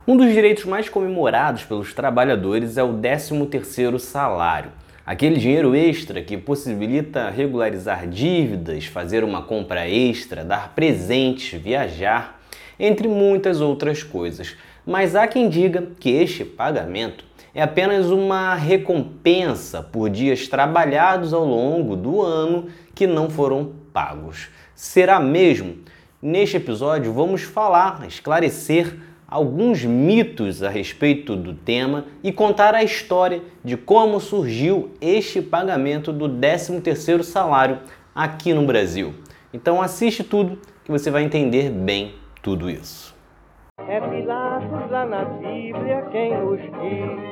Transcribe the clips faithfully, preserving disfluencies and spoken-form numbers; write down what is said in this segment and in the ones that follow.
Um dos direitos mais comemorados pelos trabalhadores é o décimo terceiro salário. Aquele dinheiro extra que possibilita regularizar dívidas, fazer uma compra extra, dar presentes, viajar, entre muitas outras coisas. Mas há quem diga que este pagamento é apenas uma recompensa por dias trabalhados ao longo do ano que não foram pagos. Será mesmo? Neste episódio vamos falar, esclarecer alguns mitos a respeito do tema e contar a história de como surgiu este pagamento do décimo terceiro salário aqui no Brasil. Então assiste tudo que você vai entender bem tudo isso. É Pilatos lá na Bíblia quem nos diz,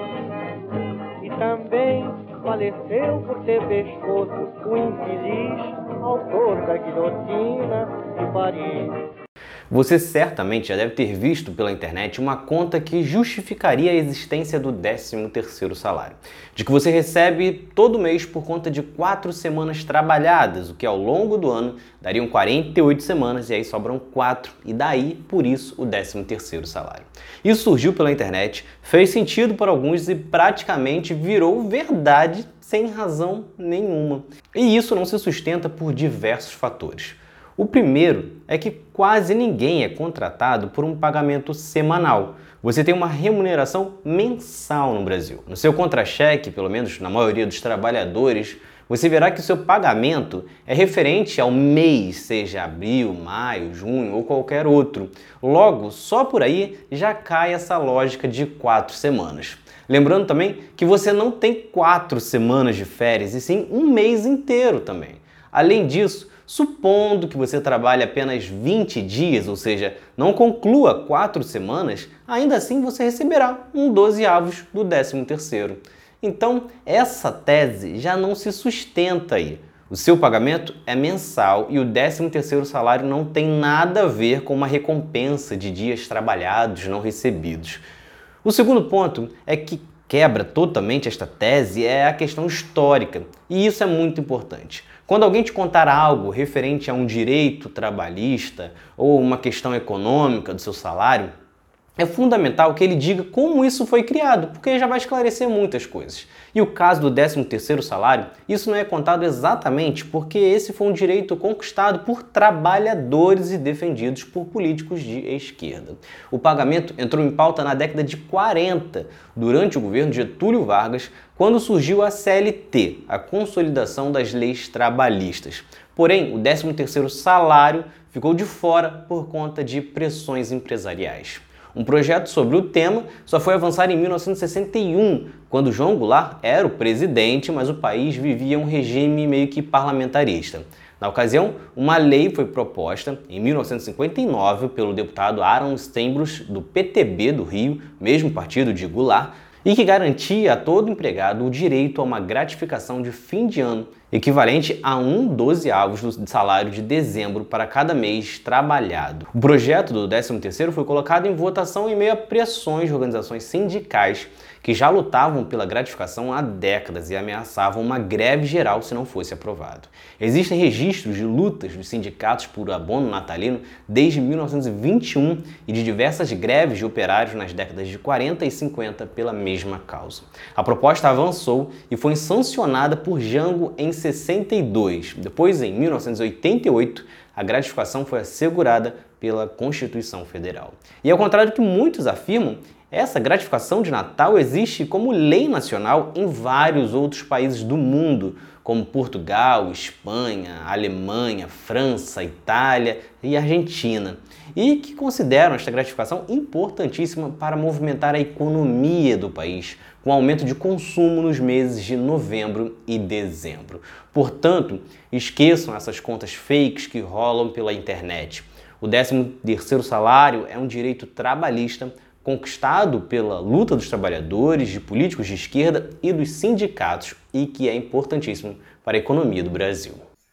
e também faleceu por ter pescoço o infeliz autor da guilhotina de Paris. Você certamente já deve ter visto pela internet uma conta que justificaria a existência do décimo terceiro salário, de que você recebe todo mês por conta de quatro semanas trabalhadas, o que ao longo do ano dariam quarenta e oito semanas e aí sobram quatro, e daí, por isso, o décimo terceiro salário. Isso surgiu pela internet, fez sentido para alguns e praticamente virou verdade sem razão nenhuma. E isso não se sustenta por diversos fatores. O primeiro é que quase ninguém é contratado por um pagamento semanal. Você tem uma remuneração mensal no Brasil. No seu contra-cheque, pelo menos na maioria dos trabalhadores, você verá que o seu pagamento é referente ao mês, seja abril, maio, junho ou qualquer outro. Logo, só por aí já cai essa lógica de quatro semanas. Lembrando também que você não tem quatro semanas de férias, e sim um mês inteiro também. Além disso, supondo que você trabalhe apenas vinte dias, ou seja, não conclua quatro semanas, ainda assim você receberá um dozeavos do décimo terceiro. Então, essa tese já não se sustenta aí. O seu pagamento é mensal e o décimo terceiro salário não tem nada a ver com uma recompensa de dias trabalhados não recebidos. O segundo ponto é que quebra totalmente esta tese é a questão histórica, e isso é muito importante. Quando alguém te contar algo referente a um direito trabalhista ou uma questão econômica do seu salário, é fundamental que ele diga como isso foi criado, porque já vai esclarecer muitas coisas. E o caso do décimo terceiro salário, isso não é contado exatamente porque esse foi um direito conquistado por trabalhadores e defendidos por políticos de esquerda. O pagamento entrou em pauta na década de quarenta, durante o governo de Getúlio Vargas, quando surgiu a C L T, a Consolidação das Leis Trabalhistas. Porém, o décimo terceiro salário ficou de fora por conta de pressões empresariais. Um projeto sobre o tema só foi avançar em mil novecentos e sessenta e um, quando João Goulart era o presidente, mas o país vivia um regime meio que parlamentarista. Na ocasião, uma lei foi proposta em mil novecentos e cinquenta e nove pelo deputado Aaron Steinbrus, do P T B do Rio, mesmo partido de Goulart, e que garantia a todo empregado o direito a uma gratificação de fim de ano, equivalente a um dozeavos do salário de dezembro para cada mês trabalhado. O projeto do décimo terceiro foi colocado em votação em meio a pressões de organizações sindicais que já lutavam pela gratificação há décadas e ameaçavam uma greve geral se não fosse aprovado. Existem registros de lutas dos sindicatos por abono natalino desde mil novecentos e vinte e um e de diversas greves de operários nas décadas de quarenta e cinquenta pela mesma causa. A proposta avançou e foi sancionada por Jango em sessenta e dois. Depois, em mil novecentos e oitenta e oito, a gratificação foi assegurada pela Constituição Federal. E ao contrário do que muitos afirmam, essa gratificação de Natal existe como lei nacional em vários outros países do mundo, como Portugal, Espanha, Alemanha, França, Itália e Argentina, e que consideram esta gratificação importantíssima para movimentar a economia do país, com aumento de consumo nos meses de novembro e dezembro. Portanto, esqueçam essas contas fakes que rolam pela internet. O décimo terceiro salário é um direito trabalhista conquistado pela luta dos trabalhadores, de políticos de esquerda e dos sindicatos, e que é importantíssimo para a economia do Brasil.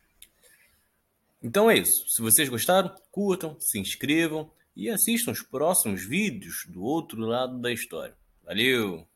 Então é isso. Se vocês gostaram, curtam, se inscrevam e assistam os próximos vídeos do outro lado da história. Valeu!